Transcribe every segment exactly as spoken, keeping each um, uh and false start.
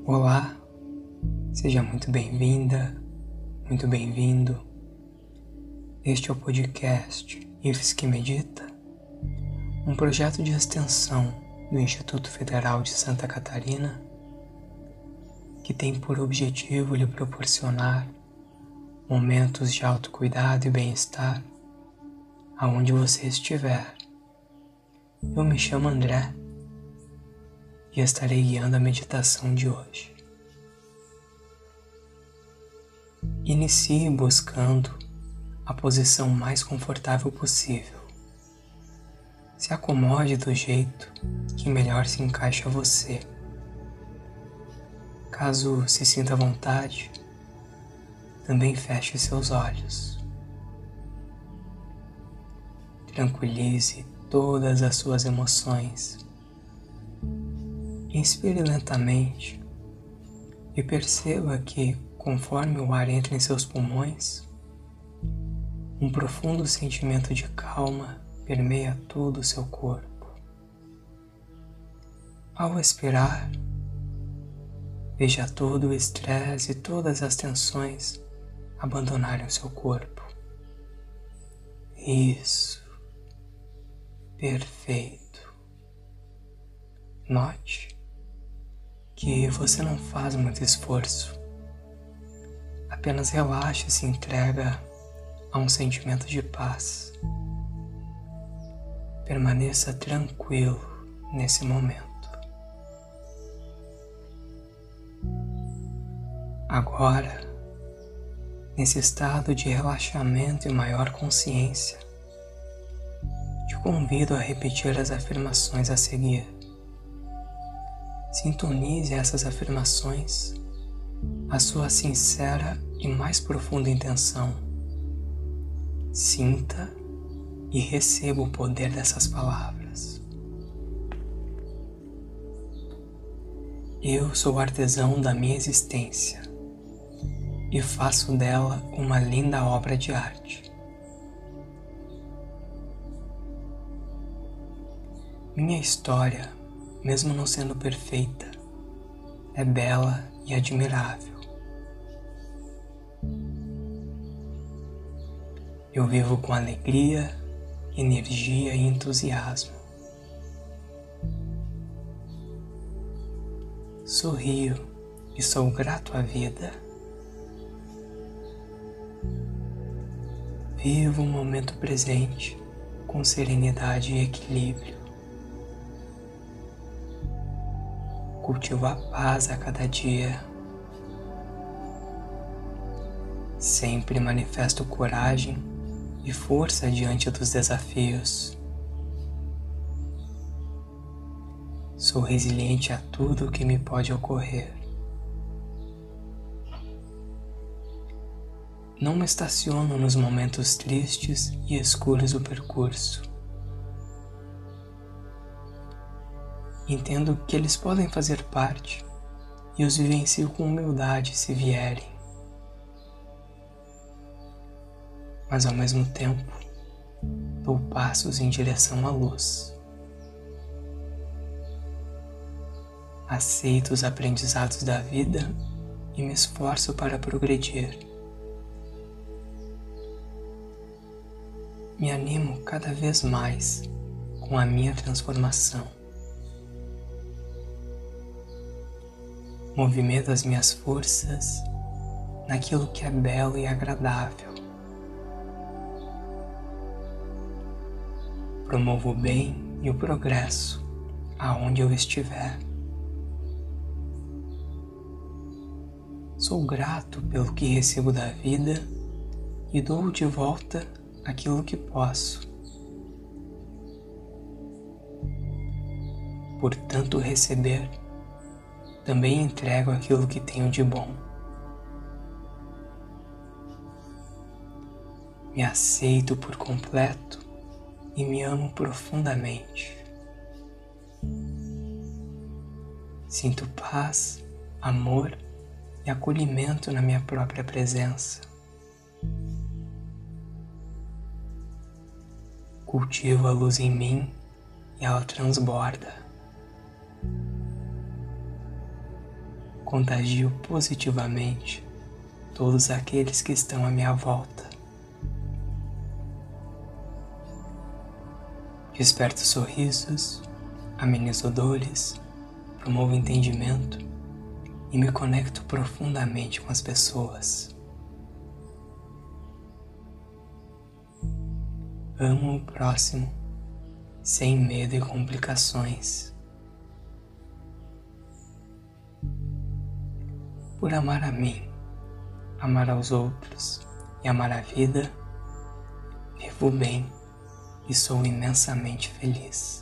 Olá, seja muito bem-vinda, muito bem-vindo. Este é o podcast IFES que Medita, um projeto de extensão do Instituto Federal de Santa Catarina que tem por objetivo lhe proporcionar momentos de autocuidado e bem-estar aonde você estiver. Eu me chamo André e estarei guiando a meditação de hoje. Inicie buscando a posição mais confortável possível. Se acomode do jeito que melhor se encaixa a você. Caso se sinta à vontade, também feche seus olhos. Tranquilize todas as suas emoções. Inspire lentamente e perceba que, conforme o ar entra em seus pulmões, um profundo sentimento de calma permeia todo o seu corpo. Ao expirar, veja todo o estresse e todas as tensões abandonarem o seu corpo. Isso. Perfeito. Note que você não faz muito esforço. Apenas relaxa e se entrega a um sentimento de paz. Permaneça tranquilo nesse momento. Agora, nesse estado de relaxamento e maior consciência, te convido a repetir as afirmações a seguir. Sintonize essas afirmações à sua sincera e mais profunda intenção. Sinta e receba o poder dessas palavras. Eu sou artesão da minha existência e faço dela uma linda obra de arte. Minha história, mesmo não sendo perfeita, é bela e admirável. Eu vivo com alegria, energia e entusiasmo. Sorrio e sou grato à vida. Vivo o momento presente com serenidade e equilíbrio. Cultivo a paz a cada dia. Sempre manifesto coragem e força diante dos desafios. Sou resiliente a tudo o que me pode ocorrer. Não me estaciono nos momentos tristes e escuros do percurso. Entendo que eles podem fazer parte e os vivencio com humildade se vierem. Mas ao mesmo tempo, dou passos em direção à luz. Aceito os aprendizados da vida e me esforço para progredir. Me animo cada vez mais com a minha transformação. Movimento as minhas forças naquilo que é belo e agradável. Promovo o bem e o progresso aonde eu estiver. Sou grato pelo que recebo da vida e dou de volta aquilo que posso. Por tanto receber, também entrego aquilo que tenho de bom. Me aceito por completo e me amo profundamente. Sinto paz, amor e acolhimento na minha própria presença. Cultivo a luz em mim e ela transborda. contagio positivamente todos aqueles que estão à minha volta. Desperto sorrisos, amenizo dores, promovo entendimento e me conecto profundamente com as pessoas. Amo o próximo, sem medo e complicações. Por amar a mim, amar aos outros e amar a vida, vivo bem e sou imensamente feliz.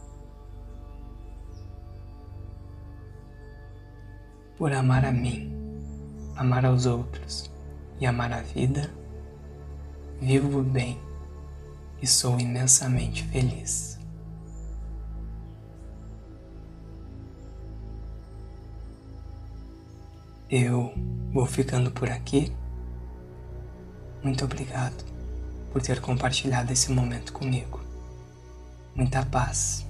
Por amar a mim, amar aos outros e amar a vida, vivo bem e sou imensamente feliz. Eu vou ficando por aqui. Muito obrigado por ter compartilhado esse momento comigo. Muita paz.